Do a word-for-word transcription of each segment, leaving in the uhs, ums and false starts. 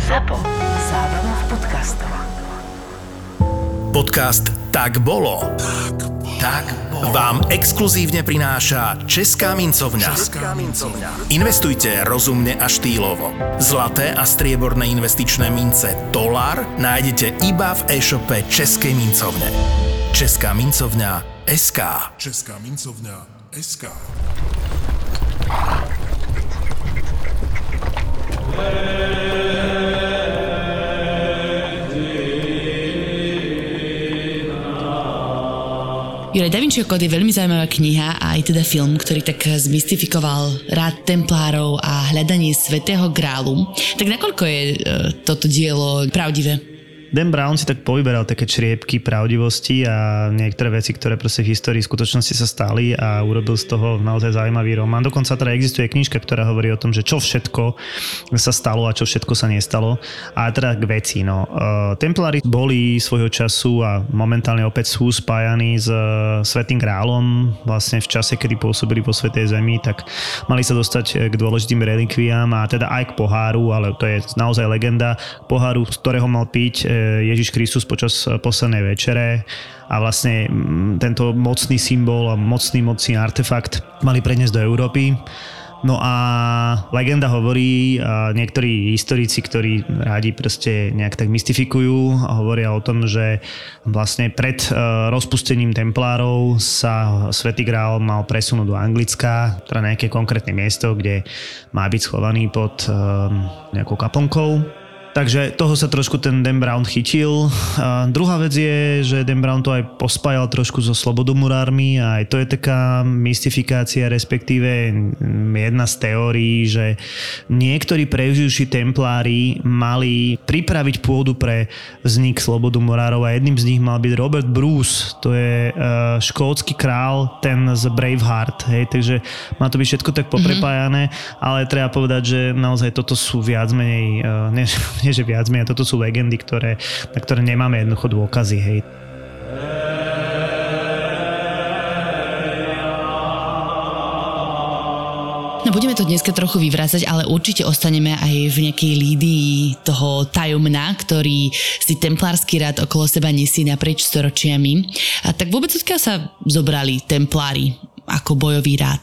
Zapo. Zábrná v podcastov. Podcast Tak bolo. Tak bolo. Vám exkluzívne prináša Česká mincovňa. Česká mincovňa. Investujte rozumne a štýlovo. Zlaté a strieborné investičné mince Tolar nájdete iba v e-shope Českej mincovne. Česká mincovňa es ká. Česká mincovňa es ká. Juraj, Da Vinciho kód je veľmi zaujímavá kniha a aj teda film, ktorý tak zmistifikoval rád templárov a hľadanie svätého grálu. Tak nakoľko je e, toto dielo pravdivé? Dan Brown si tak povyberal také čriepky pravdivosti a niektoré veci, ktoré proste v histórii v skutočnosti sa stali a urobil z toho naozaj zaujímavý román. Dokonca teda existuje knižka, ktorá hovorí o tom, že čo všetko sa stalo a čo všetko sa nestalo. A teda k veci. No. Templári boli svojho času a momentálne opäť sú spájani s Svätým grálom. Vlastne v čase, kedy pôsobili vo Svätej Zemi, tak mali sa dostať k dôležitým relikviám a teda aj k poháru, ale to je naozaj legenda, poháru, z ktorého mal piť Ježiš Kristus počas poslednej večere a vlastne tento mocný symbol a mocný mocný artefakt mali preniesť do Európy. No a legenda hovorí, a niektorí historici, ktorí rádi proste nejak tak mystifikujú a hovoria o tom, že vlastne pred rozpustením templárov sa Svätý grál mal presunúť do Anglicka, teda nejaké konkrétne miesto, kde má byť schovaný pod nejakou kaplnkou. Takže toho sa trošku ten Dan Brown chytil. A druhá vec je, že Dan Brown to aj pospájal trošku so slobodomurármi a aj to je taká mystifikácia, respektíve jedna z teórií, že niektorí preživší templári mali pripraviť pôdu pre vznik slobodomurárov a jedným z nich mal byť Robert Bruce, to je uh, škótsky král, ten z Braveheart, hej, takže má to byť všetko tak poprepájané, mm-hmm. ale treba povedať, že naozaj toto sú viac menej uh, než nie že viac menej, a toto sú legendy, ktoré, na ktoré nemáme jednoducho dôkazy, hej. No budeme to dneska trochu vyvrácať, ale určite ostaneme aj v nejakej lídii toho tajomna, ktorý si templársky rád okolo seba nesie naprieč storočiami. A tak vôbec odkiaľ sa zobrali templári ako bojový rád?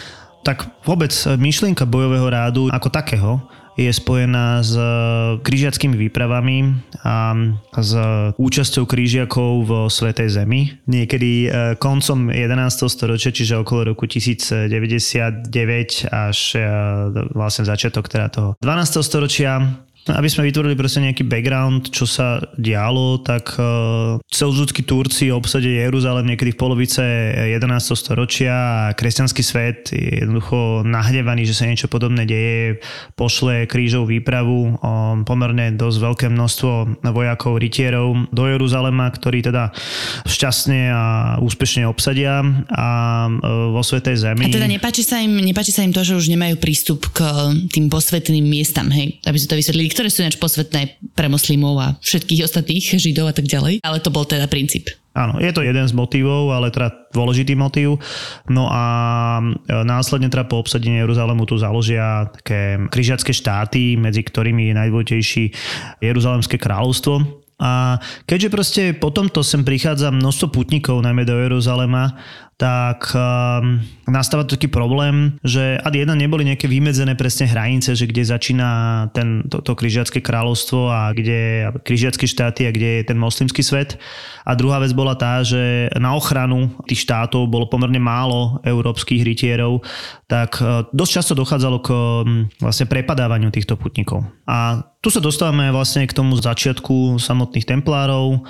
Tak vôbec myšlienka bojového rádu ako takého je spojená s križiackými výpravami a s účasťou krížiakov vo Svätej Zemi. Niekedy koncom jedenásteho storočia, čiže okolo roku tisícdeväťdesiatdeväť až vlastne začiatok teda toho dvanásteho storočia. Aby sme vytvorili proste nejaký background, čo sa dialo, tak uh, celdžúckí Turci obsadia Jeruzalém niekedy v polovice jedenásteho storočia a kresťanský svet je jednoducho nahnevaný, že sa niečo podobné deje, pošle krížovú výpravu, um, pomerne dosť veľké množstvo vojakov, rytierov do Jeruzalema, ktorí teda šťastne a úspešne obsadia a uh, vo Svätej Zemi. A teda nepáči sa im, nepáči sa im to, že už nemajú prístup k tým posvätným miestam, hej? Aby si to vysvetlili, ktoré sú ináč posvätné pre moslimov a všetkých ostatných židov a tak ďalej. Ale to bol teda princíp. Áno, je to jeden z motivov, ale teda dôležitý motív. No a následne teda po obsadení Jeruzalému tu založia také križiacké štáty, medzi ktorými je najdôležitejší Jeruzalemské kráľovstvo. A keďže proste po tomto sem prichádza množstvo pútnikov, najmä do Jeruzalema, tak um, nastáva taký problém, že ad jedna neboli nejaké vymedzené presne hranice, že kde začína ten, to, to križiacké kráľovstvo a kde križiacké štáty a kde je ten moslimský svet. A druhá vec bola tá, že na ochranu tých štátov bolo pomerne málo európskych rytierov, tak uh, dosť často dochádzalo k um, vlastne prepadávaniu týchto putníkov. A tu sa dostávame vlastne k tomu začiatku samotných templárov.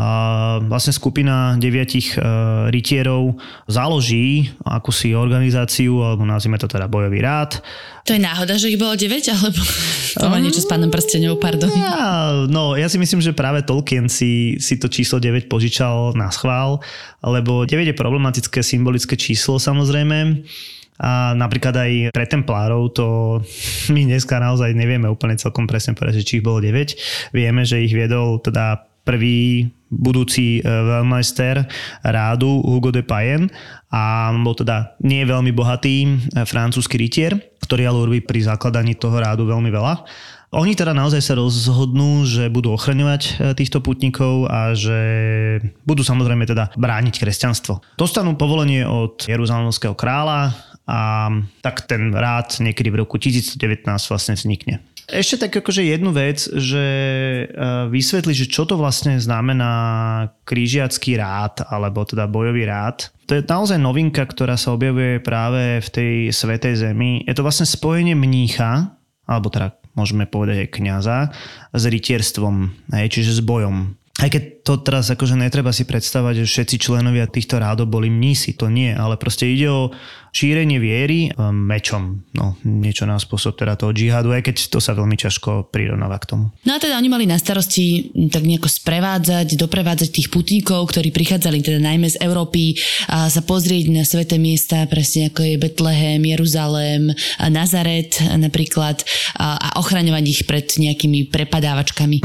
A vlastne skupina deviatich uh, rytierov založí akúsi organizáciu, alebo nazvime to teda bojový rád. To je náhoda, že ich bolo deväť, alebo to má niečo s Pánom prsteňov, pardon. Ja, no, ja si myslím, že práve Tolkien si, si to číslo deväť požičal na schvál, lebo deväť je problematické symbolické číslo, samozrejme. A napríklad aj pre templárov to my dneska naozaj nevieme úplne celkom presne povedať, že či ich bolo deväť. Vieme, že ich viedol teda prvý budúci veľmajster rádu Hugo de Payens a bol teda nie veľmi bohatý francúzsky rytier, ktorý ale urobí pri zakladaní toho rádu veľmi veľa. Oni teda naozaj sa rozhodnú, že budú ochraňovať týchto putníkov a že budú samozrejme teda brániť kresťanstvo. Dostanú povolenie od jeruzalemského kráľa a tak ten rád niekedy v roku tisícsto devätnásť vlastne vznikne. Ešte tak akože jednu vec, že vysvetli, že čo to vlastne znamená križiacky rád, alebo teda bojový rád. To je naozaj novinka, ktorá sa objavuje práve v tej Svätej Zemi. Je to vlastne spojenie mnícha, alebo teda môžeme povedať aj kňaza, s rytierstvom, čiže s bojom. Aj keď to teraz akože netreba si predstavať, že všetci členovia týchto rádov boli mnísi, to nie, ale proste ide o šírenie viery mečom, no niečo na spôsob teda toho džihadu, aj keď to sa veľmi ťažko prirovnáva k tomu. No a teda oni mali na starosti tak nejako sprevádzať, doprevádzať tých putníkov, ktorí prichádzali teda najmä z Európy a sa pozrieť na sväté miesta, presne ako je Betlehem, Jeruzalém, Nazaret napríklad a ochraňovať ich pred nejakými prepadávačkami.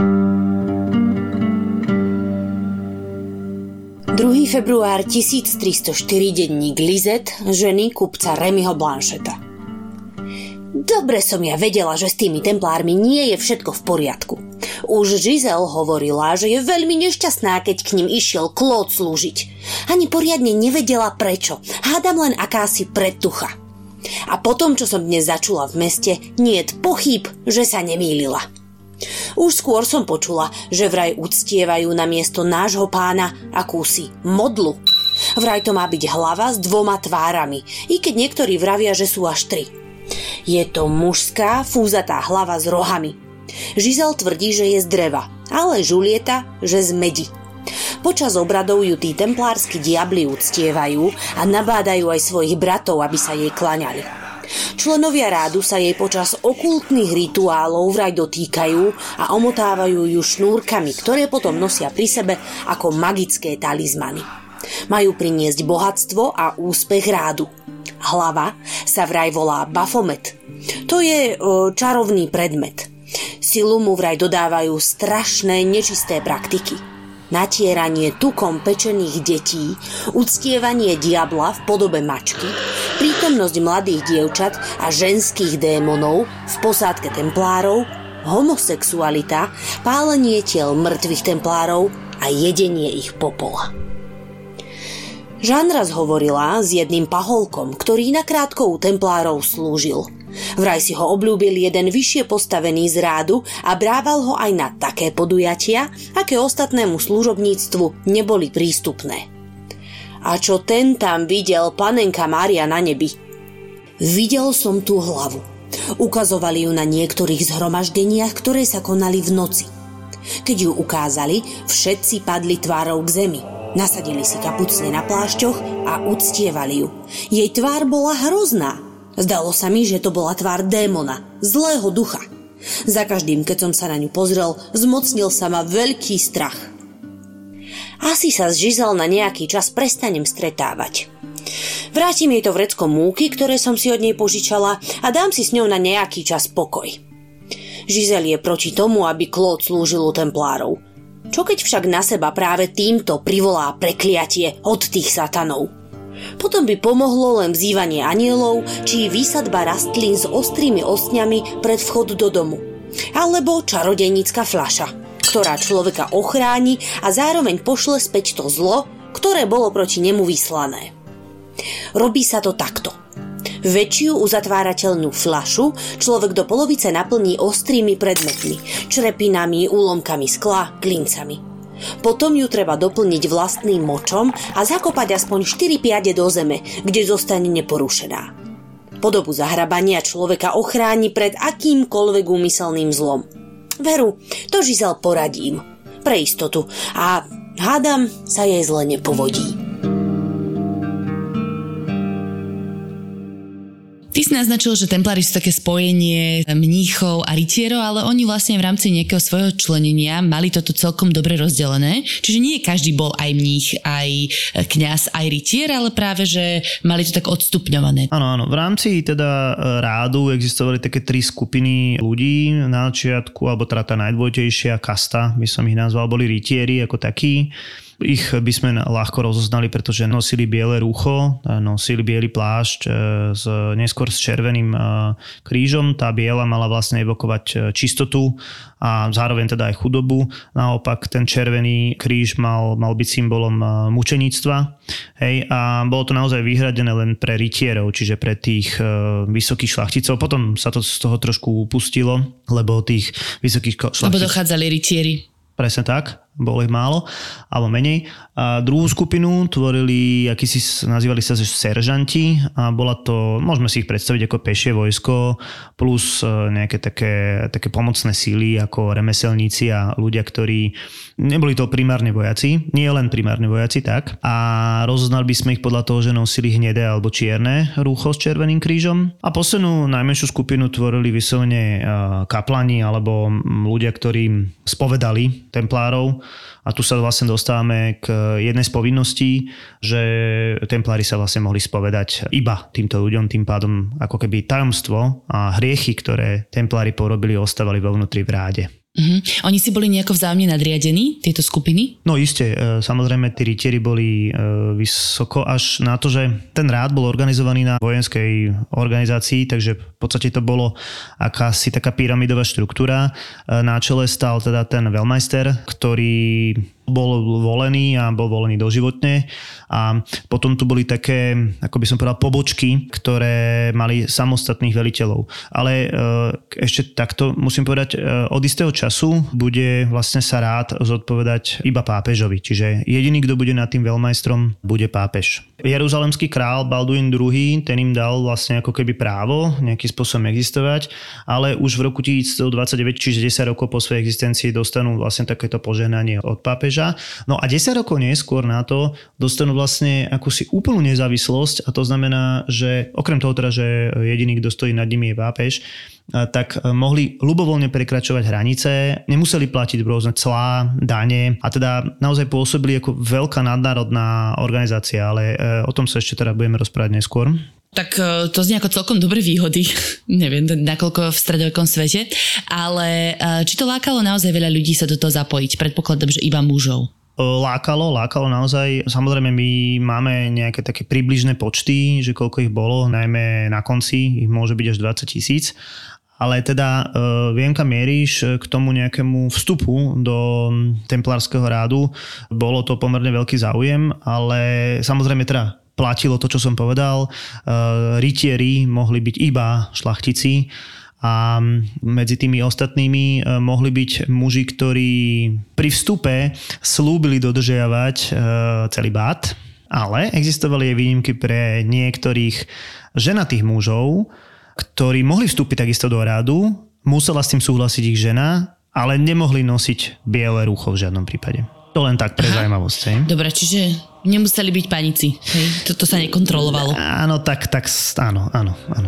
druhého február tisíctristoštyri, denník Lisette, ženy kupca Remyho Blancheta. Dobre som ja vedela, že s tými templármi nie je všetko v poriadku. Už Giselle hovorila, že je veľmi nešťastná, keď k ním išiel Claude slúžiť. Ani poriadne nevedela prečo, hádam len akási predtucha. A potom, čo som dnes začula v meste, niet pochýb, že sa nemýlila. Už skôr som počula, že vraj uctievajú na miesto nášho pána akúsi modlu. Vraj to má byť hlava s dvoma tvárami, i keď niektorí vravia, že sú až tri. Je to mužská, fúzatá hlava s rohami. Giselle tvrdí, že je z dreva, ale Julieta, že z medi. Počas obradov ju tí templársky diabli uctievajú a nabádajú aj svojich bratov, aby sa jej klaňali. Členovia rádu sa jej počas okultných rituálov vraj dotýkajú a omotávajú ju šnúrkami, ktoré potom nosia pri sebe ako magické talizmany. Majú priniesť bohatstvo a úspech rádu. Hlava sa vraj volá Baphomet. To je o, čarovný predmet. Silu mu vraj dodávajú strašné nečisté praktiky. Natieranie tukom pečených detí, uctievanie diabla v podobe mačky, prítomnosť mladých dievčat a ženských démonov v posádke templárov, homosexualita, pálenie tiel mŕtvych templárov a jedenie ich popola. Jeanne raz hovorila s jedným paholkom, ktorý nakrátko u templárov slúžil. Vraj si ho obľúbil jeden vyššie postavený z rádu a brával ho aj na také podujatia, aké ostatnému služobníctvu neboli prístupné. A čo ten tam videl, panenka Mária na nebi? Videl som tú hlavu. Ukazovali ju na niektorých zhromaždeniach, ktoré sa konali v noci. Keď ju ukázali, všetci padli tvárou k zemi. Nasadili si kapucne na plášťoch a uctievali ju. Jej tvár bola hrozná. Zdalo sa mi, že to bola tvár démona, zlého ducha. Za každým, keď som sa na ňu pozrel, zmocnil sa ma veľký strach. Asi sa s Giselle na nejaký čas prestanem stretávať. Vrátim jej to vrecko múky, ktoré som si od nej požičala a dám si s ňou na nejaký čas pokoj. Giselle je proti tomu, aby Claude slúžil u templárov. Čo keď však na seba práve týmto privolá prekliatie od tých satanov? Potom by pomohlo len vzývanie anielov či výsadba rastlín s ostrými ostňami pred vchod do domu. Alebo čarodejnícka fľaša, ktorá človeka ochráni a zároveň pošle späť to zlo, ktoré bolo proti nemu vyslané. Robí sa to takto. Väčšiu uzatvárateľnú fľašu človek do polovice naplní ostrými predmetmi, črepinami, úlomkami skla, klincami. Potom ju treba doplniť vlastným močom a zakopať aspoň štyri piade do zeme, kde zostane neporušená. Po dobu zahrabania človeka ochráni pred akýmkoľvek úmyselným zlom. Veru, to Giselle poradím. Pre istotu. A hádam, sa jej zle nepovodí. Ty si naznačil, že templári sú také spojenie mníchov a rytierov, ale oni vlastne v rámci nejakého svojho členenia mali toto celkom dobre rozdelené. Čiže nie každý bol aj mních, aj kňaz, aj rytier, ale práve, že mali to tak odstupňované. Áno, áno. V rámci teda rádu existovali také tri skupiny ľudí. Na začiatku, alebo teda tá najdôležitejšia kasta, by som ich nazval, boli rytieri ako takí. Ich by sme ľahko rozoznali, pretože nosili biele rúcho, nosili biely plášť s, neskôr s červeným krížom. Tá biela mala vlastne evokovať čistotu a zároveň teda aj chudobu. Naopak ten červený kríž mal, mal byť symbolom mučeníctva. Hej, a bolo to naozaj vyhradené len pre rytierov, čiže pre tých vysokých šľachticov. Potom sa to z toho trošku upustilo, lebo tých vysokých šľachticov... Lebo dochádzali rytieri. Presne tak, bolo ich málo, alebo menej. A druhú skupinu tvorili, akýsi nazývali sa seržanti a bola to, môžeme si ich predstaviť ako pešie vojsko plus nejaké také, také pomocné síly ako remeselníci a ľudia, ktorí neboli to primárne vojaci, nie len primárne vojaci, tak. A rozoznali by sme ich podľa toho, že nosili hnedé alebo čierne rúcho s červeným krížom. A poslednú najmenšiu skupinu tvorili vyslovene kaplani alebo ľudia, ktorí spovedali templárov. A tu sa vlastne dostávame k jednej z povinností, že templári sa vlastne mohli spovedať iba týmto ľuďom, tým pádom ako keby tajomstvo a hriechy, ktoré templári porobili, ostávali vo vnútri v ráde. Uh-huh. Oni si boli nejako vzájomne nadriadení, tieto skupiny? No iste, samozrejme tí rytieri boli vysoko až na to, že ten rád bol organizovaný na vojenskej organizácii, takže v podstate to bolo akási taká pyramidová štruktúra. Na čele stál teda ten veľmajster, ktorý bol volený a bol volený doživotne a potom tu boli také, ako by som povedal, pobočky, ktoré mali samostatných veliteľov. Ale ešte takto musím povedať, od istého času bude vlastne sa rád zodpovedať iba pápežovi, čiže jediný, kto bude nad tým veľmajstrom, bude pápež. Jeruzalemský král Balduín druhý, ten im dal vlastne ako keby právo nejakým spôsobom existovať, ale už v roku tisícstodvadsaťdeväť, čiže desať rokov po svojej existencii dostanú vlastne takéto požehnanie od pápeža. No a desať rokov neskôr na to dostanú vlastne akúsi úplnú nezávislosť a to znamená, že okrem toho teda, že jediný, kto stojí nad nimi je pápež, tak mohli ľubovoľne prekračovať hranice, nemuseli platiť rôzne clá, dane a teda naozaj pôsobili ako veľká nadnárodná organizácia, ale o tom sa ešte teda budeme rozprávať neskôr. Tak to znie ako celkom dobré výhody. Neviem, nakoľko v stredovekom svete. Ale či to lákalo naozaj veľa ľudí sa do toho zapojiť? Predpokladám, že iba mužov. Lákalo, lákalo naozaj. Samozrejme, my máme nejaké také približné počty, že koľko ich bolo, najmä na konci, ich môže byť až dvadsať tisíc. Ale teda viem, kam mieríš k tomu nejakému vstupu do templárskeho rádu. Bolo to pomerne veľký záujem, ale samozrejme teda platilo to, čo som povedal. Rytieri mohli byť iba šľachtici a medzi tými ostatnými mohli byť muži, ktorí pri vstupe slúbili dodržiavať celibát, ale existovali aj výnimky pre niektorých ženatých mužov, ktorí mohli vstúpiť takisto do rádu, musela s tým súhlasiť ich žena, ale nemohli nosiť biele rúcho v žiadnom prípade. To len tak pre zaujímavosť. Hej. Dobre, čiže nemuseli byť panici. Hej? Toto sa nekontrolovalo. Áno, tak, tak, áno, áno, áno.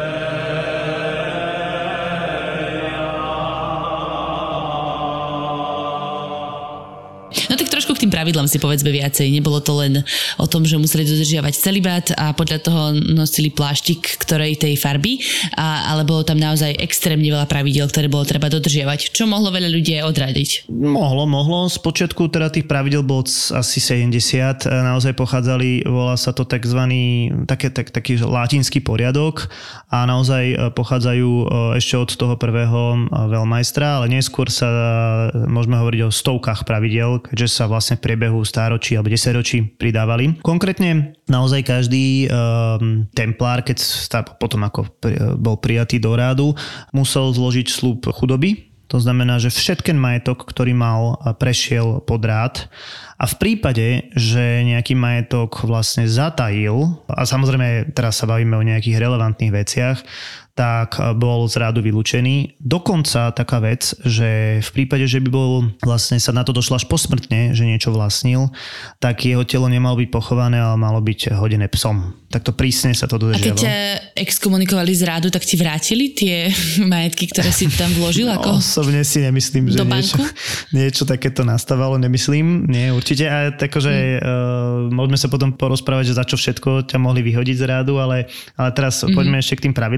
No tak trošku k tým pravidlám si povedzme viacej. Nebolo to len o tom, že museli dodržiavať celibát a podľa toho nosili pláštik ktorej tej farby, a, ale bolo tam naozaj extrémne veľa pravidiel, ktoré bolo treba dodržiavať, čo mohlo veľa ľudí odradiť. Mohlo, mohlo. Spočiatku teda tých pravidel bolo asi sedemdesiat. Naozaj pochádzali, volá sa to takzvaný také, tak, taký latinský poriadok a naozaj pochádzajú ešte od toho prvého veľmajstra, ale neskôr sa môžeme hovoriť o stovkách pravidel, keďže sa vlastne v priebehu stáročí alebo desaťročí pridávali. Konkrétne naozaj každý um, templár, keď potom ako bol prijatý do rádu, musel zložiť sľub chudoby. To znamená, že všetken majetok, ktorý mal, prešiel pod rád. A v prípade, že nejaký majetok vlastne zatajil, a samozrejme teraz sa bavíme o nejakých relevantných veciach, tak bol z rádu vylúčený. Dokonca taká vec, že v prípade, že by bol vlastne sa na to došlo až posmrtne, že niečo vlastnil, tak jeho telo nemalo byť pochované, ale malo byť hodené psom. Takto prísne sa to dodržiavalo. A keď ťa exkomunikovali z rádu, tak ti vrátili tie majetky, ktoré si tam vložil? Ako? Osobne si nemyslím, že niečo, niečo takéto nastávalo, nemyslím. Nie, určite. A takže hmm. uh, môžeme sa potom porozprávať, že za čo všetko ťa mohli vyhodiť z rádu, ale, ale teraz hmm. poďme ešte k tým pravidlám. Tá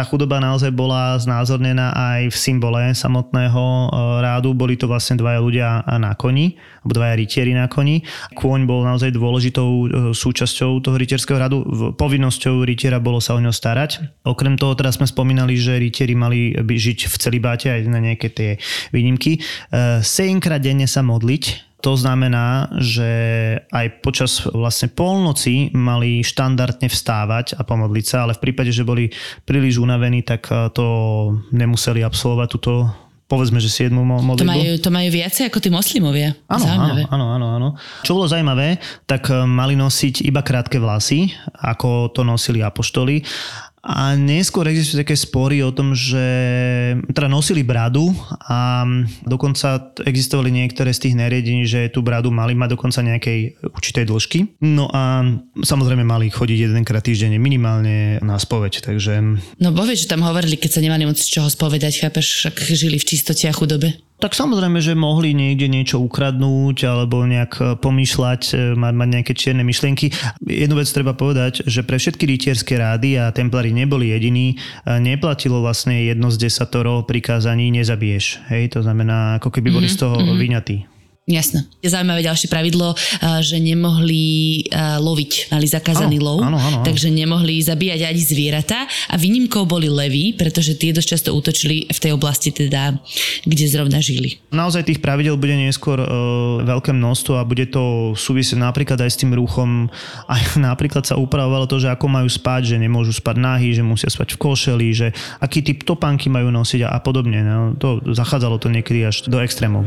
chudoba naozaj bola znázornená aj v symbole samotného rádu. Boli to vlastne dvaja ľudia na koni, alebo dvaja rytieri na koni. Kôň bol naozaj dôležitou súčasťou toho rytierského radu. Povinnosťou rytiera bolo sa o ňo starať. Okrem toho, teraz sme spomínali, že rytieri mali žiť v celibáte aj na nejaké tie výnimky. Sedemkrát denne sa modliť. To znamená, že aj počas vlastne polnoci mali štandardne vstávať a pomodliť sa, ale v prípade, že boli príliš unavení, tak to nemuseli absolvovať túto, povedzme, že siedmu modlitbu. To majú, to majú viacej ako tí moslimovia. Áno, áno, áno, áno. Čo bolo zaujímavé, tak mali nosiť iba krátke vlasy, ako to nosili apoštoli. A neskôr existujú také spory o tom, že teda nosili bradu a dokonca existovali niektoré z tých nariadení, že tú bradu mali mať dokonca nejakej určitej dĺžky. No a samozrejme mali chodiť jedenkrát týždenne minimálne na spoveď, takže... No bo vieš, že tam hovorili, keď sa nemali moc z čoho spovedať, chápeš, však žili v čistote a chudobe. Tak samozrejme, že mohli niekde niečo ukradnúť alebo nejak pomýšľať, mať, mať nejaké čierne myšlienky. Jednu vec treba povedať, že pre všetky rytierské rády a templári neboli jediní, neplatilo vlastne jedno z desatoro prikázaní nezabiješ. Hej, to znamená, ako keby boli mm-hmm. z toho mm-hmm. vyňatí. Jasné. Je zaujímavé ďalšie pravidlo, že nemohli loviť, mali zakázaný lov, áno, áno, áno. takže nemohli zabíjať ani zvieratá a výnimkou boli levy, pretože tie dosť často útočili v tej oblasti, teda, kde zrovna žili. Naozaj tých pravidel bude neskôr e, veľké množstvo a bude to súvisieť napríklad aj s tým ruchom. Aj napríklad sa upravovalo to, že ako majú spať, že nemôžu spať nahý, že musia spať v košeli, že aký typ topánky majú nosiť a, a podobne. No, to zachádzalo to niekedy až do extrémov.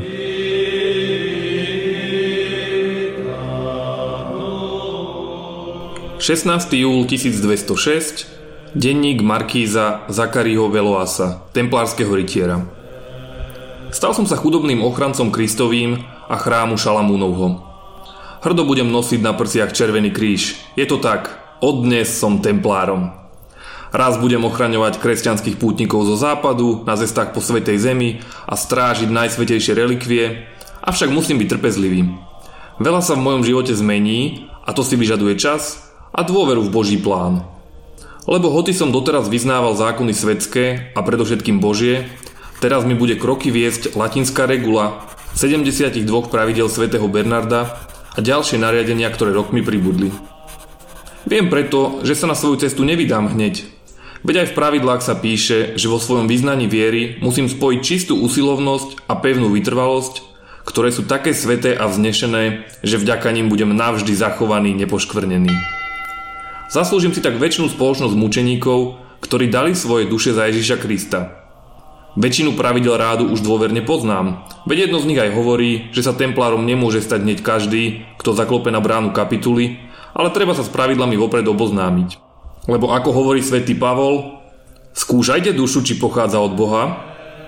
šestnásteho júla tisícdvestošesť, denník markíza Zacharieho Valoisa, templárskeho rytiera. Stal som sa chudobným ochrancom Kristovým a chrámu Šalamúnovho. Hrdo budem nosiť na prsiach červený kríž. Je to tak, od dnes som templárom. Raz budem ochraňovať kresťanských pútnikov zo západu na cestách po svätej zemi a strážiť najsvätejšie relikvie, avšak musím byť trpezlivý. Veľa sa v mojom živote zmení a to si vyžaduje čas a dôveru v Boží plán. Lebo hoci som doteraz vyznával zákony svetské a predovšetkým Božie, teraz mi bude kroky viesť latinská regula sedemdesiatdva pravidel svätého Bernarda a ďalšie nariadenia, ktoré rokmi pribudli. Viem preto, že sa na svoju cestu nevydám hneď. Veď aj v pravidlách sa píše, že vo svojom vyznaní viery musím spojiť čistú usilovnosť a pevnú vytrvalosť, ktoré sú také sväté a vznešené, že vďaka nim budem navždy zachovaný, nepoškvrnený. Zaslúžim si tak väčšinu spoločnosť mučeníkov, ktorí dali svoje duše za Ježiša Krista. Väčšinu pravidel rádu už dôverne poznám, veď jedno z nich aj hovorí, že sa templárom nemôže stať hneď každý, kto zaklope na bránu kapituly, ale treba sa s pravidlami vopred oboznámiť. Lebo ako hovorí svätý Pavol, skúšajte dušu, či pochádza od Boha.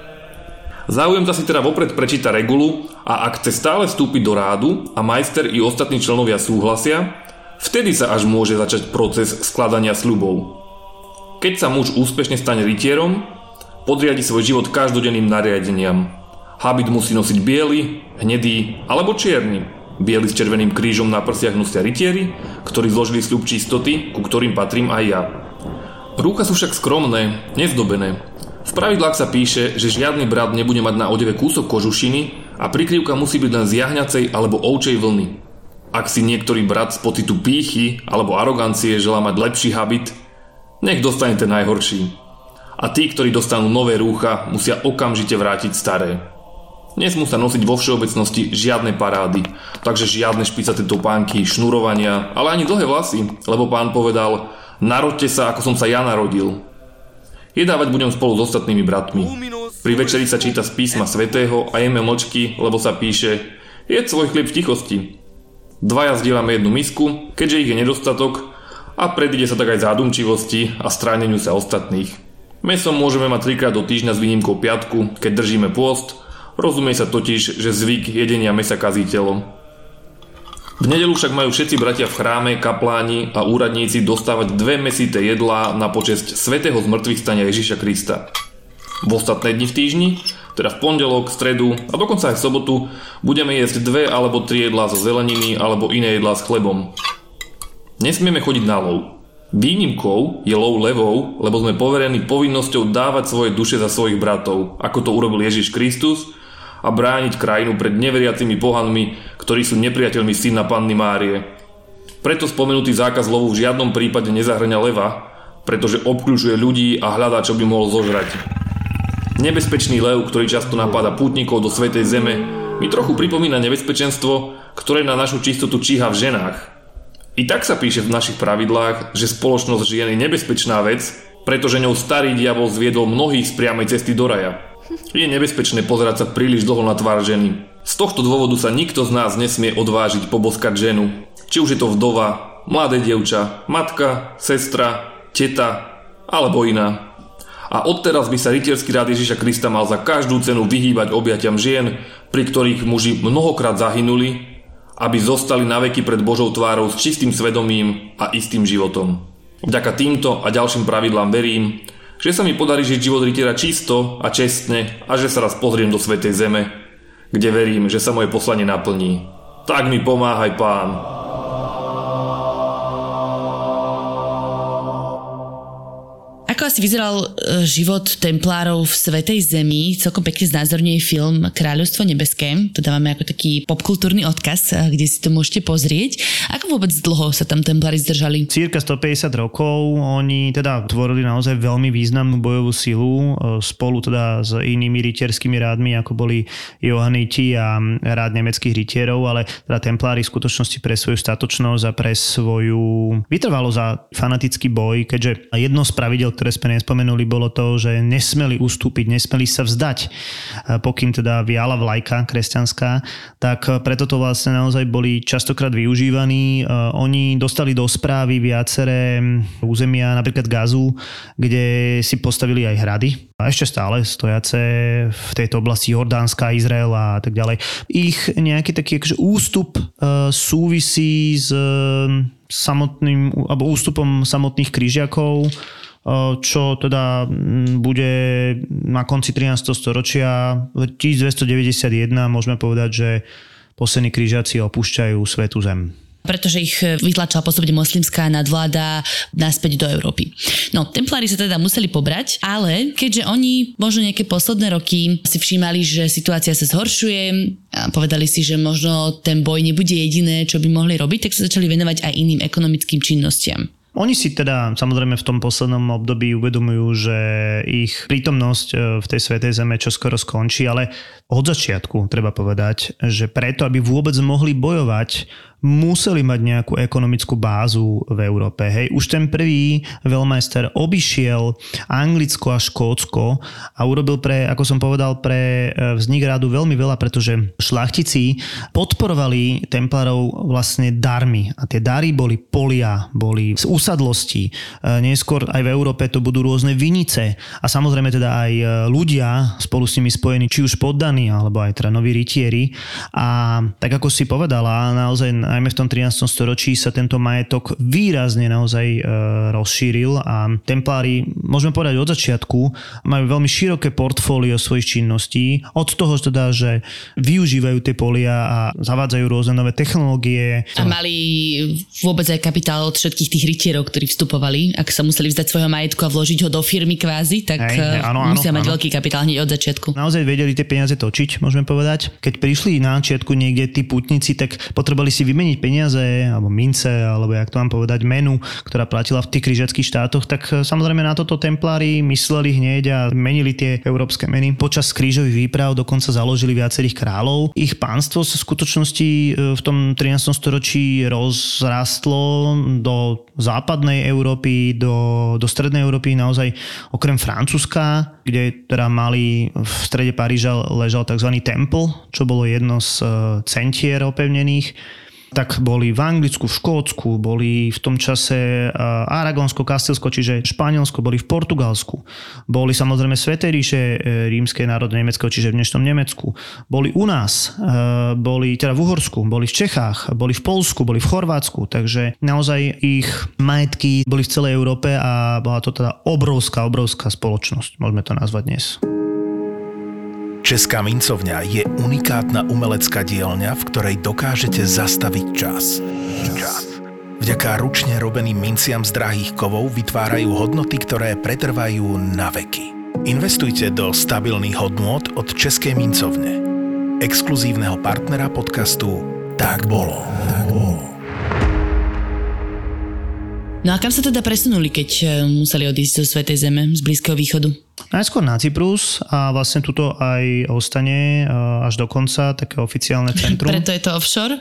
Záujemca si teda vopred prečíta regulu a ak chce stále vstúpiť do rádu a majster i ostatní členovia súhlasia, vtedy sa až môže začať proces skladania sľubov. Keď sa muž úspešne stane rytierom, podriadi svoj život každodenným nariadeniam. Habit musí nosiť biely, hnedý alebo čierny. Biely s červeným krížom na prsiach nosia rytieri, ktorí zložili sľub čistoty, ku ktorým patrím aj ja. Rúcha sú však skromné, nezdobené. V pravidlách sa píše, že žiadny brat nebude mať na odeve kúsok kožušiny a prikryvka musí byť len z jahňacej alebo ovčej vlny. Ak si niektorý brat z pocitu pýchy alebo arogancie želá mať lepší habit, nech dostane ten najhorší. A tí, ktorí dostanú nové rúcha, musia okamžite vrátiť staré. Nesmú sa nosiť vo všeobecnosti žiadne parády, takže žiadne špicaté topánky, šnurovania, ale ani dlhé vlasy, lebo pán povedal, narodte sa, ako som sa ja narodil. Jedávať budem spolu s ostatnými bratmi. Pri večeri sa číta z písma svätého a jeme mlčky, lebo sa píše, jedz svoj chlieb v tichosti. Dvaja zdieľame jednu misku, keďže ich je nedostatok a predíde sa tak aj zádumčivosti a stráneniu sa ostatných. Meso môžeme mať trikrát do týždňa s výnimkou piatku, keď držíme pôst, rozumie sa totiž, že zvyk jedenia mesa kazí telo. V nedeľu však majú všetci bratia v chráme, kapláni a úradníci dostávať dve mesité jedlá na počesť svätého zmŕtvychstania Ježiša Krista. V ostatné dni v týždni, teda v pondelok, stredu a dokonca aj v sobotu, budeme jesť dve alebo tri jedlá zo zeleniny alebo iné jedlá s chlebom. Nesmieme chodiť na lov. Výnimkou je lov levov, lebo sme poverení povinnosťou dávať svoje duše za svojich bratov, ako to urobil Ježiš Kristus, a brániť krajinu pred neveriacimi pohanmi, ktorí sú nepriateľmi syna Panny Márie. Preto spomenutý zákaz lovu v žiadnom prípade nezahŕňa leva, pretože obkľúčuje ľudí a hľadá, čo by mohol zožrať. Nebezpečný lev, ktorý často napáda pútnikov do Svätej Zeme, mi trochu pripomína nebezpečenstvo, ktoré na našu čistotu číha v ženách. I tak sa píše v našich pravidlách, že spoločnosť žien je nebezpečná vec, pretože ňou starý diabol zviedol mnohých z priamej cesty do raja. Je nebezpečné pozerať sa príliš dlho na tvár ženy. Z tohto dôvodu sa nikto z nás nesmie odvážiť poboskať ženu. Či už je to vdova, mladé dievča, matka, sestra, teta alebo iná. A odteraz by sa rytierský rád Ježiša Krista mal za každú cenu vyhýbať objatiam žien, pri ktorých muži mnohokrát zahynuli, aby zostali naveky pred Božou tvárou s čistým svedomím a istým životom. Vďaka týmto a ďalším pravidlám verím, že sa mi podarí žiť život rytiera čisto a čestne a že sa raz pozriem do Svätej Zeme, kde verím, že sa moje poslanie naplní. Tak mi pomáhaj, Pán. Ako asi vyzeral život templárov v Svätej Zemi, celkom pekne znázorňuje film Kráľovstvo nebeské. To dávame ako taký popkultúrny odkaz, kde si to môžete pozrieť. Ako vôbec dlho sa tam templári zdržali? Cirka stopäťdesiat rokov. Oni teda tvorili naozaj veľmi významnú bojovú silu spolu teda s inými rytierskými rádmi, ako boli Johaniti a rád nemeckých rytierov, ale teda templári v skutočnosti pre svoju statočnosť a pre svoju vytrvalosť za fanatický boj, keďže jedno z pravidel, ktoré sme nespomenuli, bolo to, že nesmeli ustúpiť, nesmeli sa vzdať, pokým teda viala vlajka kresťanská, tak preto to vlastne naozaj boli častokrát využívaní. Oni dostali do správy viaceré územia, napríklad Gazu, kde si postavili aj hrady. A ešte stále stojace v tejto oblasti Jordánska, Izraela a tak ďalej. Ich nejaký taký akože ústup súvisí s samotným, alebo ústupom samotných križiakov, čo teda bude na konci trinásteho storočia. V tisícdvestodeväťdesiatjeden môžeme povedať, že poslední križiaci opúšťajú Svätú Zem. Pretože ich vytlačila pôsobne moslimská nadvláda naspäť do Európy. No, templári sa teda museli pobrať, ale keďže oni možno nejaké posledné roky si všímali, že situácia sa zhoršuje a povedali si, že možno ten boj nebude jediné, čo by mohli robiť, tak sa začali venovať aj iným ekonomickým činnostiam. Oni si teda samozrejme v tom poslednom období uvedomujú, že ich prítomnosť v tej Svätej Zeme čoskoro skončí, ale od začiatku treba povedať, že preto, aby vôbec mohli bojovať, museli mať nejakú ekonomickú bázu v Európe. Hej, už ten prvý veľmajster obišiel Anglicko a Škótsko a urobil pre, ako som povedal, pre vznik rádu veľmi veľa, pretože šľachtici podporovali templárov vlastne darmi. A tie dary boli polia, boli z usadlosti. Neskôr aj v Európe to budú rôzne vinice a samozrejme teda aj ľudia spolu s nimi spojení, či už poddaní, alebo aj teda noví rytieri. A tak ako si povedala, naozaj najmä v tom trinástom storočí sa tento majetok výrazne naozaj e, rozšíril a templári, môžeme povedať od začiatku, majú veľmi široké portfólio svojich činností. Od toho teda, že využívajú tie polia a zavádzajú rôzne nové technológie. A mali vôbec aj kapitál od všetkých tých rytierov, ktorí vstupovali. Ak sa museli vzdať svojho majetku a vložiť ho do firmy kvázi, tak hej, hej, áno, musia áno, mať áno. veľký kapitál hneď od začiatku. Naozaj vedeli tie peniaze točiť, môžeme povedať. Keď prišli na začiatku niekde tí putníci, tak potrebovali si vymeniť meniť peniaze, alebo mince, alebo jak to mám povedať, menu, ktorá platila v tých križiackých štátoch, tak samozrejme na toto templári mysleli hneď a menili tie európske meny. Počas krížových výprav dokonca založili viacerých kráľov. Ich pánstvo sa v skutočnosti v tom trinástom storočí rozrástlo do západnej Európy, do, do strednej Európy, naozaj okrem Francúzska, kde teda mali v strede Paríža ležal tzv. Temple, čo bolo jedno z centier opevnených, tak boli v Anglicku, v Škótsku, boli v tom čase Aragonsko, Kastilsko, čiže Španielsko, boli v Portugalsku. Boli samozrejme Svätej ríše rímskej národnej Nemeckého, čiže v dnešnom Nemecku. Boli u nás, boli teda v Uhorsku, boli v Čechách, boli v Poľsku, boli v Chorvátsku, takže naozaj ich majetky boli v celej Európe a bola to teda obrovská, obrovská spoločnosť, môžeme to nazvať dnes. Česká mincovňa je unikátna umelecká dielňa, v ktorej dokážete zastaviť čas. Čas. Vďaka ručne robeným minciam z drahých kovov vytvárajú hodnoty, ktoré pretrvajú na veky. Investujte do stabilných hodnôt od Českej mincovne, exkluzívneho partnera podcastu Tak bolo. Tak bolo. No a kam sa teda presunuli, keď museli odísť zo Svätej Zeme, z Blízkeho východu? Najskôr na Cyprus a vlastne tuto aj ostane až do konca také oficiálne centrum. Preto je to offshore?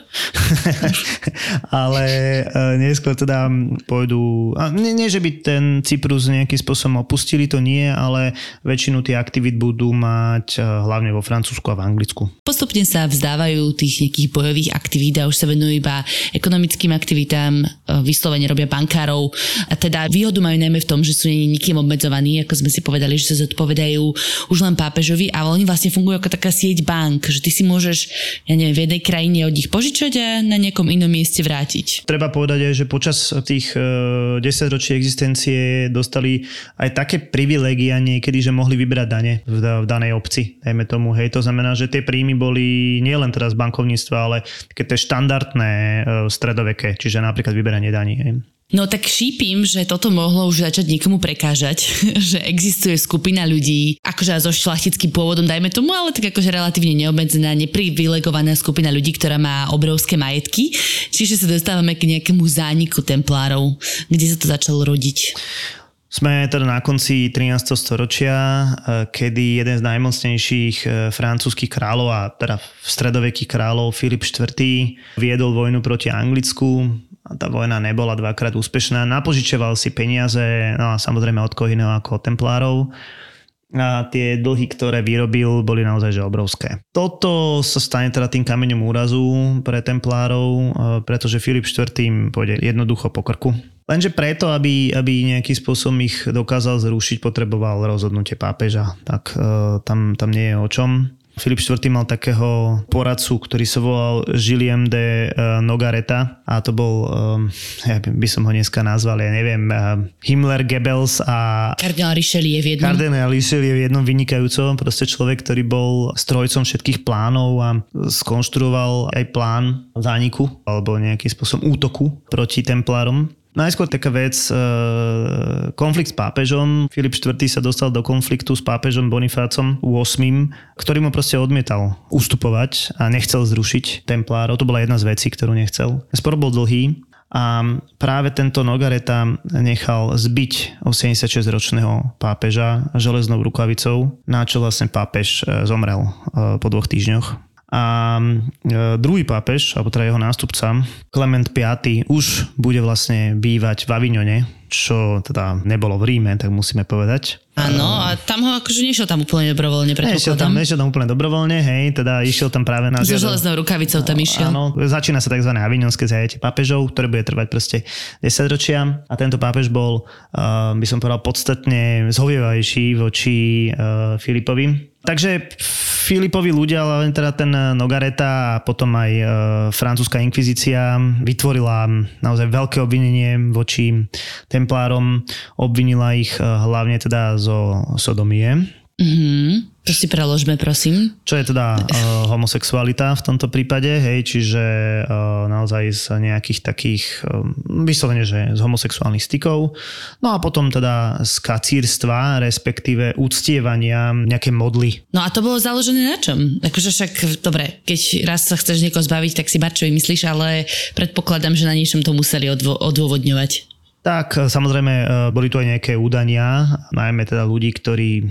Ale neskôr teda pôjdu, nie, nie že by ten Cyprus nejakým spôsobom opustili, to nie, ale väčšinu tých aktivít budú mať hlavne vo Francúzsku a v Anglicku. Postupne sa vzdávajú tých nejakých bojových aktivít a už sa venujú iba ekonomickým aktivitám, vyslovene robia bankárov a teda výhodu majú najmä v tom, že sú nikým obmedzovaní, ako sme si povedali, že sa zodpovedajú už len pápežovi a oni vlastne fungujú ako taká sieť bank, že ty si môžeš, ja neviem, v jednej krajine od nich požičať a na nejakom inom mieste vrátiť. Treba povedať aj, že počas tých desaťročí existencie dostali aj také privilégia niekedy, že mohli vybrať dane v, v danej obci, dajme tomu, hej, to znamená, že tie príjmy boli nielen teraz bankovníctva, ale také tie štandardné stredoveké, čiže napríklad vyberanie daní, hej. No tak šípim, že toto mohlo už začať niekomu prekážať, že existuje skupina ľudí, akože so šlachtickým pôvodom, dajme tomu, ale tak akože relatívne neobmedzená, neprivilegovaná skupina ľudí, ktorá má obrovské majetky. Čiže sa dostávame k nejakému zániku templárov, kde sa to začalo rodiť. Sme teda na konci trinásteho storočia, kedy jeden z najmocnejších francúzskych kráľov a teda stredovekých kráľov Filip štvrtý viedol vojnu proti Anglicku. Tá vojna nebola dvakrát úspešná. Napožičoval si peniaze, no a samozrejme od koho iného ako od templárov. A tie dlhy, ktoré vyrobil, boli naozaj že obrovské. Toto sa stane teda tým kameňom úrazu pre templárov, pretože Filip štvrtý im pôjde jednoducho po krku. Lenže preto, aby, aby nejakým spôsobom ich dokázal zrušiť, potreboval rozhodnutie pápeža. Tak tam, tam nie je o čom. Filip štvrtý mal takého poradcu, ktorý sa volal Julien de Nogareta a to bol, ja by som ho dneska nazval, ja neviem, Himmler, Goebbels a kardinál Richelieu v jednom. Kardinál Richelieu v jednom vynikajúcom, proste človek, ktorý bol strojcom všetkých plánov a skonštruoval aj plán zániku alebo nejakým spôsobom útoku proti templárom. Najskôr taká vec, konflikt s pápežom. Filip štvrtý sa dostal do konfliktu s pápežom Bonifácom ôsmym, ktorý mu proste odmietal ustupovať a nechcel zrušiť templárov. To bola jedna z vecí, ktorú nechcel. Spor bol dlhý a práve tento Nogareta nechal zbiť osemdesiatšesťročného pápeža železnou rukavicou, na čo vlastne pápež zomrel po dvoch týždňoch. A druhý pápež, alebo teda jeho nástupca, Klement piaty, už bude vlastne bývať v Avignone, čo teda nebolo v Ríme, tak musíme povedať. Áno, a tam ho akože nešiel tam úplne dobrovoľne, predpokladám. Nešiel tam, nešiel tam úplne dobrovoľne, hej, teda išiel tam práve na... So železnou rukavicou tam išiel. Áno, začína sa tzv. Avignonské zajatie pápežov, ktoré bude trvať proste desaťročia a tento pápež bol, uh, by som povedal, podstatne zhovievajší voči uh, Filipovi. Takže Filipovi ľudia, ale teda ten Nogareta a potom aj uh, francúzska inkvizícia vytvorila naozaj veľké obvinenie voči templárom, obvinila ich uh, hlavne teda zo sodomie. Mhm. To si preložme, prosím. Čo je teda uh, homosexualita v tomto prípade, hej, čiže uh, naozaj z nejakých takých um, vyslovene, že z homosexuálnych stykov. No a potom teda z kacírstva, respektíve uctievania nejaké modly. No a to bolo založené na čom? Akože však, dobre, keď raz sa chceš niekoho zbaviť, tak si Marčo vymyslíš, ale predpokladám, že na niečom to museli odvo- odôvodňovať. Tak, samozrejme, boli tu aj nejaké údania, najmä teda ľudí, ktorí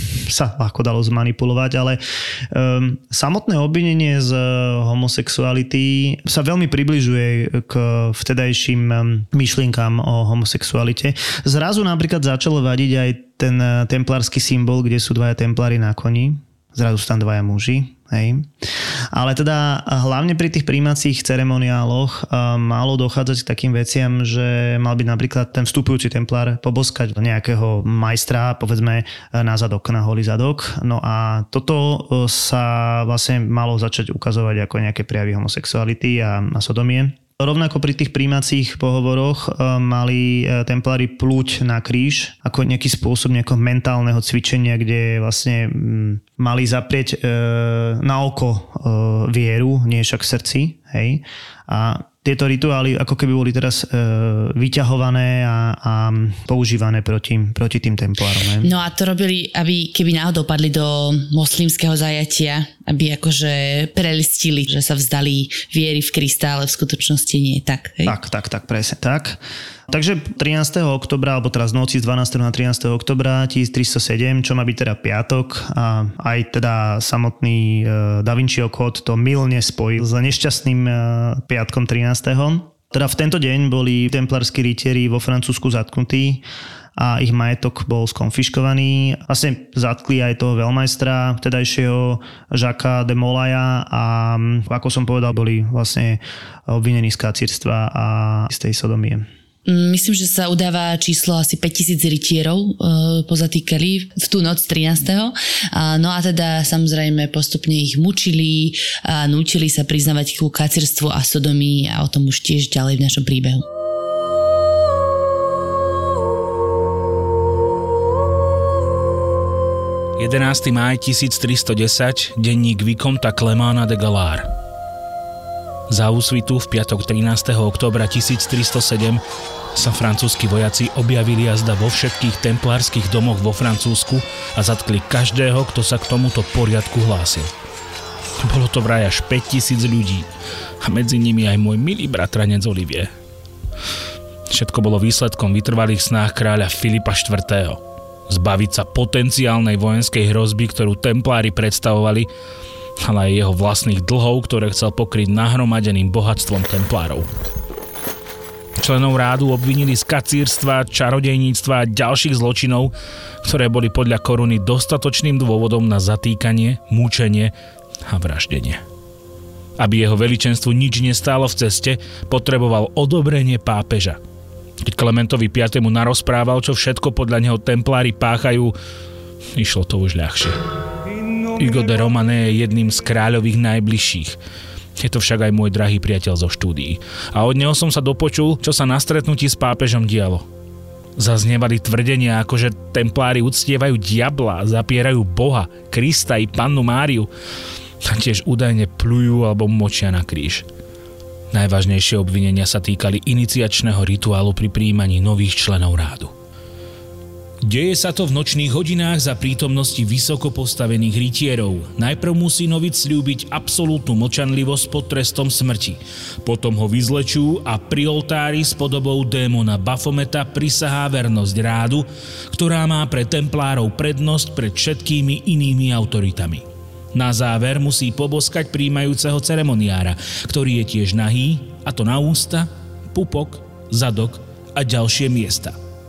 sa ľahko dalo zmanipulovať, ale um, samotné obvinenie z homosexuality sa veľmi približuje k vtedajším myšlienkám o homosexualite. Zrazu napríklad začalo vadiť aj ten templársky symbol, kde sú dvaja templári na koni. Zrazu sú tam dvaja muži. Hej. Ale teda hlavne pri tých prijímacích ceremoniáloch uh, malo dochádzať k takým veciam, že mal byť napríklad ten vstupujúci templár poboskať nejakého majstra, povedzme na zadok, na holý zadok. No a toto sa vlastne malo začať ukazovať ako nejaké prejavy homosexuality a, a sodomie. Rovnako pri tých príjmacích pohovoroch mali templári pluť na kríž ako nejaký spôsob nejakého mentálneho cvičenia, kde vlastne mali zaprieť na oko vieru, nie však v srdci. Hej? A tieto rituály ako keby boli teraz e, vyťahované a, a používané proti, proti tým templárom. Ne? No a to robili, aby keby náhodou padli do moslimského zajatia, aby akože prelistili, že sa vzdali viery v Krista, ale v skutočnosti nie je tak. Hej? Tak, tak, tak, presne tak. Takže trinásteho októbra, alebo teraz noci z dvanásteho na trinásteho októbra tisíctristosedem, čo má byť teda piatok, a aj teda samotný e, Da Vinciho kód to mylne spojil s nešťastným e, piatkom trinásteho Teda v tento deň boli templárski rytieri vo Francúzsku zatknutí a ich majetok bol skonfiškovaný. Vlastne zatkli aj toho veľmajstra, vtedajšieho Jacques de Molaya, a ako som povedal, boli vlastne obvinení z kacírstva a z tej sodomie. Myslím, že sa udáva číslo asi päťtisíc rytierov e, pozatýkali v tú noc trinásteho No a teda samozrejme postupne ich mučili a nútili sa priznávať ku kacírstvu a sodomii, a o tom už tiež ďalej v našom príbehu. jedenásteho mája tisíctristodesať, denník Vicomta Clémenta de Galard. Za úsvitu v piatok trinásteho októbra tisíctristosedem sa francúzski vojaci objavili jazda vo všetkých templárskych domoch vo Francúzsku a zatkli každého, kto sa k tomuto poriadku hlásil. Bolo to vraj až päťtisíc ľudí a medzi nimi aj môj milý bratranec Olivier. Všetko bolo výsledkom vytrvalých snách kráľa Filipa štvrtého zbaviť sa potenciálnej vojenskej hrozby, ktorú templári predstavovali, ale aj jeho vlastných dlhov, ktoré chcel pokryť nahromadeným bohatstvom templárov. Členov rádu obvinili z kacírstva, čarodejníctva a ďalších zločinov, ktoré boli podľa koruny dostatočným dôvodom na zatýkanie, mučenie a vraždenie. Aby jeho veličenstvu nič nestálo v ceste, potreboval odobrenie pápeža. Keď Klementovi piatemu narozprával, čo všetko podľa neho templári páchajú, išlo to už ľahšie. Hugo de Romané je jedným z kráľových najbližších. Je to však aj môj drahý priateľ zo štúdií. A od neho som sa dopočul, čo sa na stretnutí s pápežom dialo. Zaznievali tvrdenia, ako že templári uctievajú diabla, zapierajú Boha, Krista i Pannu Máriu a tiež údajne plujú alebo močia na kríž. Najvážnejšie obvinenia sa týkali iniciačného rituálu pri prijímaní nových členov rádu. Deje sa to v nočných hodinách za prítomnosti vysoko postavených rytierov. Najprv musí novic sľúbiť absolútnu mlčanlivosť pod trestom smrti. Potom ho vyzlečú a pri oltári s podobou démona Baphometa prisahá vernosť rádu, ktorá má pre templárov prednosť pred všetkými inými autoritami. Na záver musí poboskať prijímajúceho ceremoniára, ktorý je tiež nahý, a to na ústa, pupok, zadok a ďalšie miesta.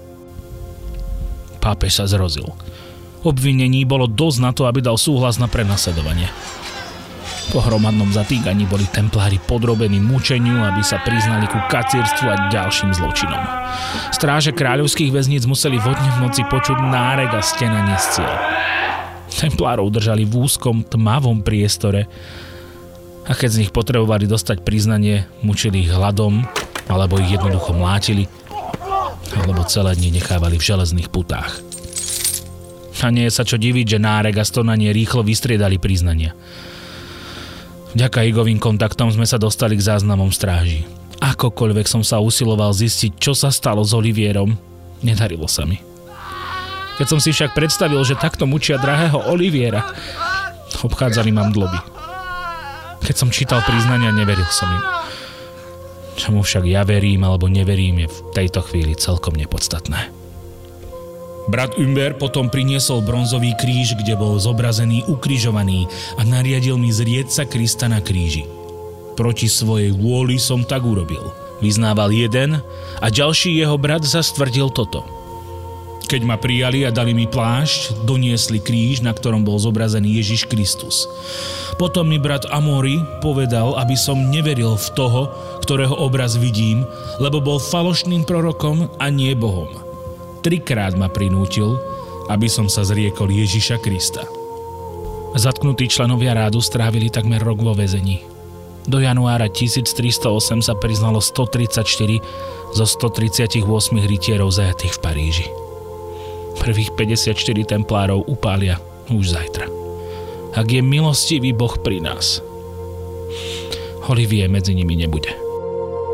Pápež sa zrozil. Obvinení bolo dosť na to, aby dal súhlas na prenasledovanie. Po hromadnom zatýkaní boli templári podrobení mučeniu, aby sa priznali ku kacírstvu a ďalším zločinom. Stráže kráľovských väzníc museli vodne v noci počuť nárek a stenanie z ciel. Templárov držali v úzkom, tmavom priestore a keď z nich potrebovali dostať priznanie, mučili ich hladom alebo ich jednoducho mlátili, alebo celé dni nechávali v železných putách. A nie je sa čo diviť, že nárek a stonanie rýchlo vystriedali priznania. Vďaka Igovým kontaktom sme sa dostali k záznamom stráži. Akokoľvek som sa usiloval zistiť, čo sa stalo s Olivierom, nedarilo sa mi. Keď som si však predstavil, že takto mučia drahého Oliviera, obchádzali ma mdloby. Keď som čítal priznania, neveril som im. Čomu však ja verím alebo neverím, je v tejto chvíli celkom nepodstatné. Brat Humbert potom priniesol bronzový kríž, kde bol zobrazený ukrižovaný a nariadil mi zrieť sa Krista na kríži. Proti svojej vôli som tak urobil. Vyznával jeden a ďalší jeho brat zastvrdil toto. Keď ma prijali a dali mi plášť, doniesli kríž, na ktorom bol zobrazený Ježiš Kristus. Potom mi brat Amaury povedal, aby som neveril v toho, ktorého obraz vidím, lebo bol falošným prorokom a nie Bohom. Trikrát ma prinútil, aby som sa zriekol Ježiša Krista. Zatknutí členovia rádu strávili takmer rok vo väzení. Do januára tisíctristoosem sa priznalo stotridsaťštyri zo stotridsaťosem rytierov zajatých v Paríži. Prvých päťdesiatštyri templárov upália už zajtra. Ak je milostivý Boh pri nás, Olivier medzi nimi nebude.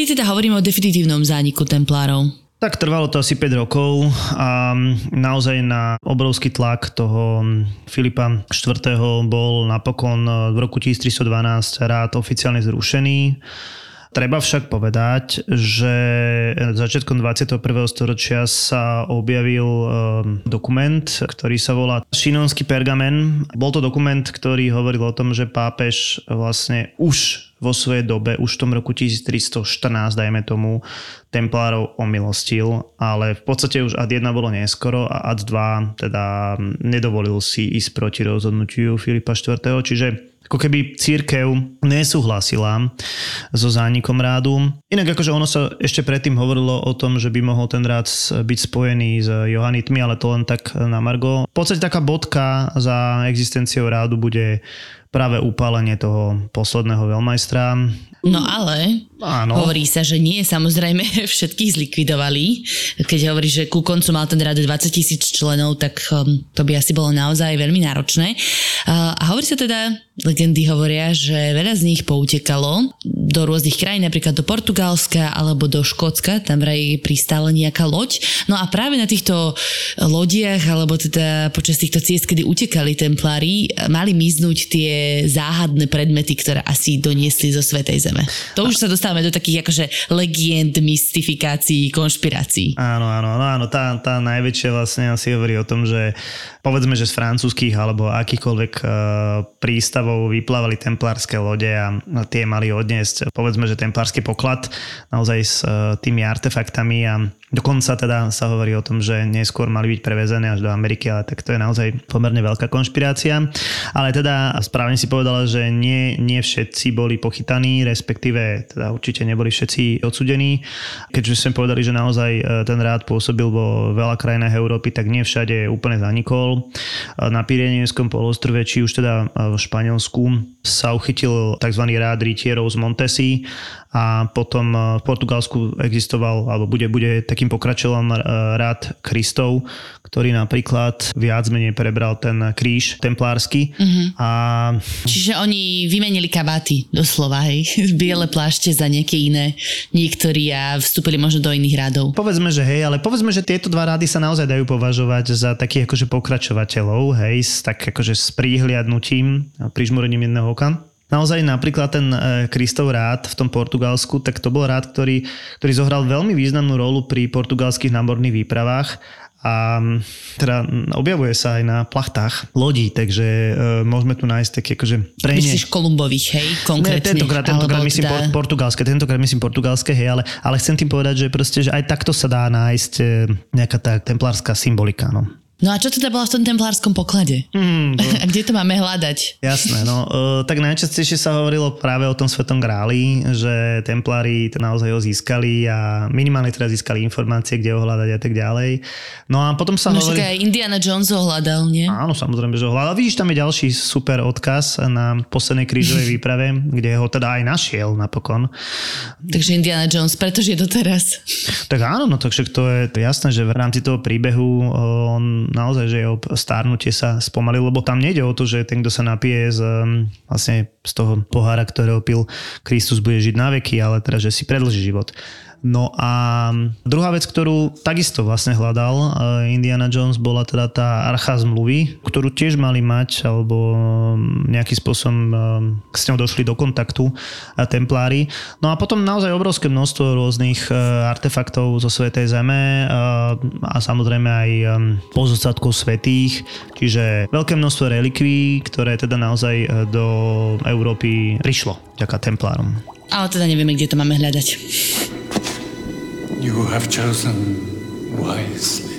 Kedy teda hovoríme o definitívnom zániku templárov? Tak trvalo to asi päť rokov a naozaj na obrovský tlak toho Filipa štvrtého bol napokon v roku tisíctristo dvanásť rád oficiálne zrušený. Treba však povedať, že začiatkom dvadsiateho prvého storočia sa objavil dokument, ktorý sa volá Šinonský pergamen. Bol to dokument, ktorý hovoril o tom, že pápež vlastne už vo svojej dobe, už v tom roku tisíctristo štrnásť, dajme tomu, templárov omilostil, ale v podstate už ad jedna bolo neskoro a ad dva teda nedovolil si ísť proti rozhodnutiu Filipa štvrtého. Čiže ako keby cirkev nesúhlasila so zánikom rádu. Inak akože ono sa ešte predtým hovorilo o tom, že by mohol ten rád byť spojený s Johanitmi, ale to len tak na margo. V podstate taká bodka za existenciou rádu bude práve upálenie toho posledného veľmajstra. No ale áno. Hovorí sa, že nie samozrejme všetkých zlikvidovali. Keď hovorí, že ku koncu mal ten rád dvadsať tisíc členov, tak um, to by asi bolo naozaj veľmi náročné. Uh, a hovorí sa teda, legendy hovoria, že veľa z nich poutekalo do rôznych krajín, napríklad do Portugalska alebo do Škótska, tam vraj pristála nejaká loď. No a práve na týchto lodiach, alebo teda počas týchto ciest, kedy utekali templári, mali miznúť tie záhadné predmety, ktoré asi doniesli zo Svätej Zeme. To už sa dostávame do takých akože legend, mystifikácií, konšpirácií. Áno, áno, áno, tá, tá najväčšia vlastne asi hovorí o tom, že povedzme, že z francúzskych alebo akýchkoľvek uh, prístavov vyplávali templárske lode a tie mali odniesť, povedzme, že templársky poklad naozaj s uh, tými artefaktami a dokonca teda sa hovorí o tom, že neskôr mali byť prevezené až do Ameriky, ale tak to je naozaj pomerne veľká konšpirácia. Ale teda správne si povedala, že nie, nie všetci boli pochytaní, respektíve teda určite neboli všetci odsudení. Keďže sme povedali, že naozaj ten rád pôsobil vo veľa krajinách Európy, tak nie všade úplne zanikol. Na Pyrenejskom polostrove, či už teda v Španielsku, sa uchytil tzv. Rád rytierov z Montesy a potom v Portugalsku existoval, alebo bude, bude takým pokračovalom rád Kristov, ktorý napríklad viac menej prebral ten kríž templársky. Uh-huh. A... Čiže oni vymenili kabáty, doslova, hej. Biele plášte za nejaké iné niektorí a vstúpili možno do iných rádov. Povedzme, že hej, ale povedzme, že tieto dva rády sa naozaj dajú považovať za takých akože pokračovateľov, hej, s tak akože s príhliadnutím a prižmúrením jedného oka. Naozaj napríklad ten Kristov rád v tom Portugalsku, tak to bol rád, ktorý, ktorý zohral veľmi významnú rolu pri portugalských námorných výpravách a teda objavuje sa aj na plachtách lodí, takže e, môžeme tu nájsť také akože pre ne... Myslíš Kolumbových, hej, konkrétne? Ne, tentokrát, tentokrát myslím teda... portugalské, tentokrát myslím portugalské, hej, ale, ale chcem tým povedať, že proste, že aj takto sa dá nájsť nejaká tá templárska symbolika, no. No a čo teda bolo v tom templárskom poklade? Mm, a kde to máme hľadať? Jasné, no uh, tak najčastejšie sa hovorilo práve o tom Svetom gráli, že templári naozaj ho získali a minimálne teda získali informácie, kde ho hľadať a tak ďalej. No a potom sa no, hovorí... No však aj Indiana Jones ho hľadal, nie? Áno, samozrejme, že ho hľadal. Vidíš, tam je ďalší super odkaz na poslednej krížovej výprave, kde ho teda aj našiel napokon. Takže Indiana Jones, pretože je doteraz. Tak áno, no tak však to je jasné, že v rámci toho príbehu on naozaj, že jeho stárnutie sa spomalilo, lebo tam nejde o to, že ten, kto sa napije z, vlastne z toho pohára, ktorého pil Kristus, bude žiť na veky, ale teda, že si predĺží život. No a druhá vec, ktorú takisto vlastne hľadal Indiana Jones, bola teda tá archa zmluvy, ktorú tiež mali mať, alebo nejakým spôsobom s ňou došli do kontaktu templári. No a potom naozaj obrovské množstvo rôznych artefaktov zo Svätej Zeme a samozrejme aj pozostatkov svätých, čiže veľké množstvo relikví, ktoré teda naozaj do Európy prišlo vďaka templárom. Ale teda nevieme, kde to máme hľadať. You have chosen wisely.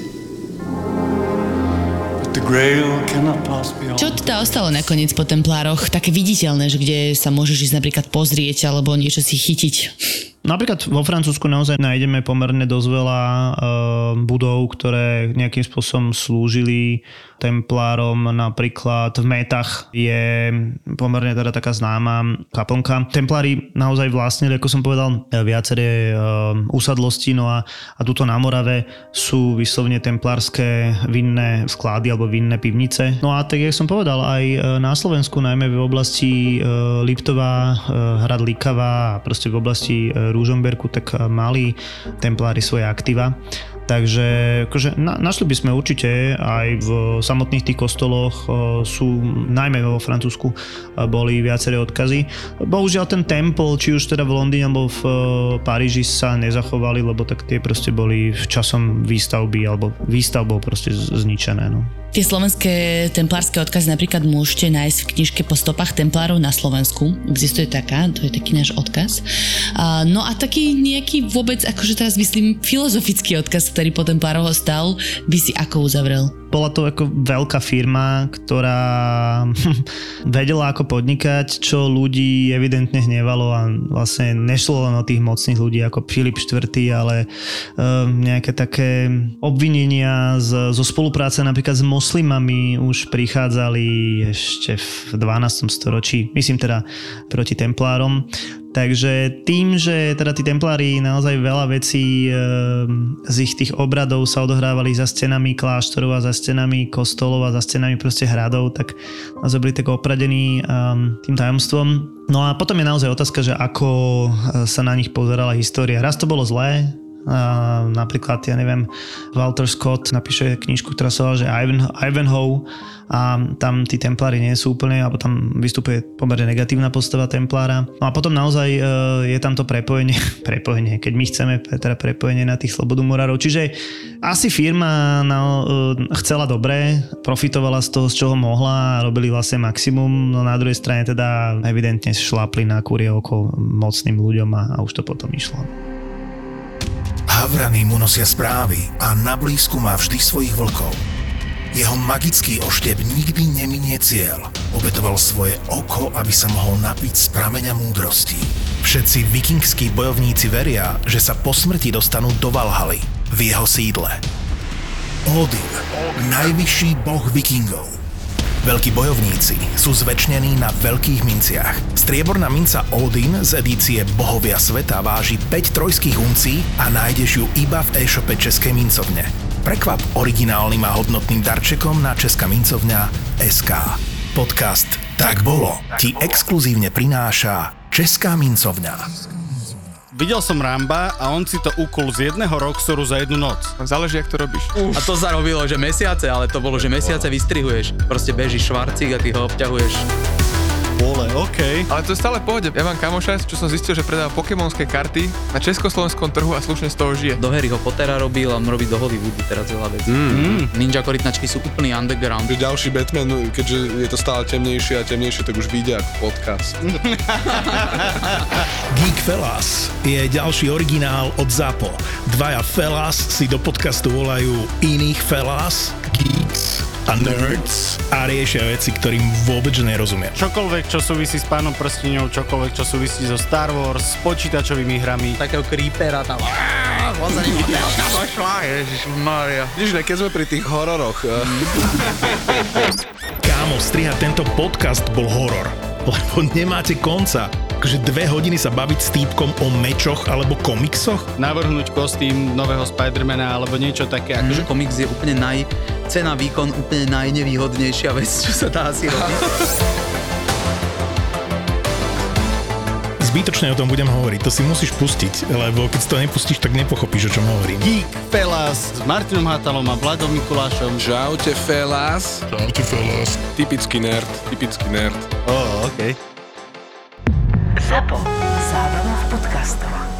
But the grail cannot pass beyond. Čo teda ostalo nakoniec po templároch? Také viditeľné, že kde sa môžeš ísť napríklad pozrieť alebo niečo si chytiť? Napríklad vo Francúzsku naozaj nájdeme pomerne dosť veľa uh, budov, ktoré nejakým spôsobom slúžili templárom, napríklad v Métach je pomerne teda taká známa kaplnka. Templári naozaj vlastnili, ako som povedal, viaceré usadlosti, no a, a tuto na Morave sú vyslovne templárske vinné sklady alebo vinné pivnice. No a tak, jak som povedal, aj na Slovensku, najmä v oblasti Liptová, hrad Likava a proste v oblasti Ružomberku, tak mali templári svoje aktíva. Takže akože, na, našli by sme určite aj v samotných tých kostoloch, sú najmä vo Francúzsku boli viaceré odkazy. Bohužiaľ ten temple, či už teda v Londýne alebo v Paríži sa nezachovali, lebo tak tie proste boli v časom výstavby alebo výstavbou proste zničené. No. Tie slovenské templárske odkazy napríklad môžete nájsť v knižke Po stopách templárov na Slovensku. Existuje taká, to je taký náš odkaz. Uh, no a taký nejaký vôbec, akože teraz myslím, filozofický odkaz, ktorý po templároch stal, by si ako uzavrel? Bola to ako veľká firma, ktorá vedela ako podnikať, čo ľudí evidentne hnevalo a vlastne nešlo len o tých mocných ľudí ako Filip štvrtý, ale uh, nejaké také obvinenia z, zo spolupráce napríklad s moslimami už prichádzali ešte v dvanástom storočí, myslím teda proti templárom. Takže tým, že teda tí templári naozaj veľa vecí e, z ich tých obradov sa odohrávali za stenami kláštorov a za stenami kostolov a za stenami proste hradov, tak naozaj boli tak opradení e, tým tajomstvom. No a potom je naozaj otázka, že ako sa na nich pozerala história. Raz to bolo zlé, a napríklad, ja neviem, Walter Scott napíše knižku, ktorá sa volá, že Ivan, Ivanhoe, a tam tí templári nie sú úplne, alebo tam vystupuje pomerne negatívna postava templára. No a potom naozaj e, je tam to prepojenie, prepojenie, keď my chceme teda prepojenie na tých slobodomurárov. Čiže asi firma no, e, chcela dobre, profitovala z toho, z čoho mohla a robili vlastne maximum, no na druhej strane teda evidentne šlapli na kurie oko mocným ľuďom a, a už to potom išlo. Havrany mu nosia správy a na blízku má vždy svojich vlkov. Jeho magický oštep nikdy neminie cieľ. Obetoval svoje oko, aby sa mohol napiť z prameňa múdrosti. Všetci vikingskí bojovníci veria, že sa po smrti dostanú do Valhaly, v jeho sídle. Odin, najvyšší boh vikingov. Veľkí bojovníci sú zvečnení na veľkých minciach. Strieborná minca Odin z edície Bohovia sveta váži päť trojských uncí a nájdeš ju iba v e-shope Českej mincovne. Prekvap originálnym a hodnotným darčekom na česká mincovňa bodka es ká. Podcast Tak bolo ti exkluzívne prináša Česká mincovňa. Videl som Ramba a on si to ukul z jedného roxoru za jednu noc. Záleží, jak to robíš. Uh. A to sa robilo, že mesiace, ale to bolo, že mesiace vystrihuješ. Proste bežíš švarcík a ty ho obťahuješ. Vole, okej. Okay. Ale to je stále v pohode. Ja mám kamoša, čo som zistil, že predáva pokémonské karty na československom trhu a slušne z toho žije. Do Harryho Pottera robil a on robí do Hollywoodu teraz veľa vecí. Mm. Ninja korytnačky sú úplný underground. Ďalší Batman, keďže je to stále temnejšie a temnejšie, tak už vyjde ako podcast. Geek Fellas je ďalší originál od ZAPO. Dvaja Fellas si do podcastu volajú iných Fellas, Geeks a Nerds a riešia veci, ktorým vôbec nerozumia. Čokoľvek, čo súvisí s Pánom prsteňov, čokoľvek, čo súvisí so Star Wars, s počítačovými hrami. Takého creepera tam. Ježišmária. Vidíš, keď sme pri tých hororoch. Kámo, strihať tento podcast bol horor, lebo nemáte konca. Takže dve hodiny sa baviť s týpkom o mečoch alebo komiksoch? Navrhnúť kostým nového Spidermana alebo niečo také. Mm. Akože komiks je úplne naj... cena výkon úplne najnevýhodnejšia vec, čo sa dá asi robiť. Zbytočne o tom budem hovoriť, to si musíš pustiť, lebo keď si to nepustíš, tak nepochopíš, o čom hovorím. Geek Fellas s Martinom Hatalom a Vladom Mikulášom. Čaute Fellas. Čaute Fellas. Typický nerd, typický nerd. Ó, oh, okej. Okay. ZAPO. Zábrná v podcastovách.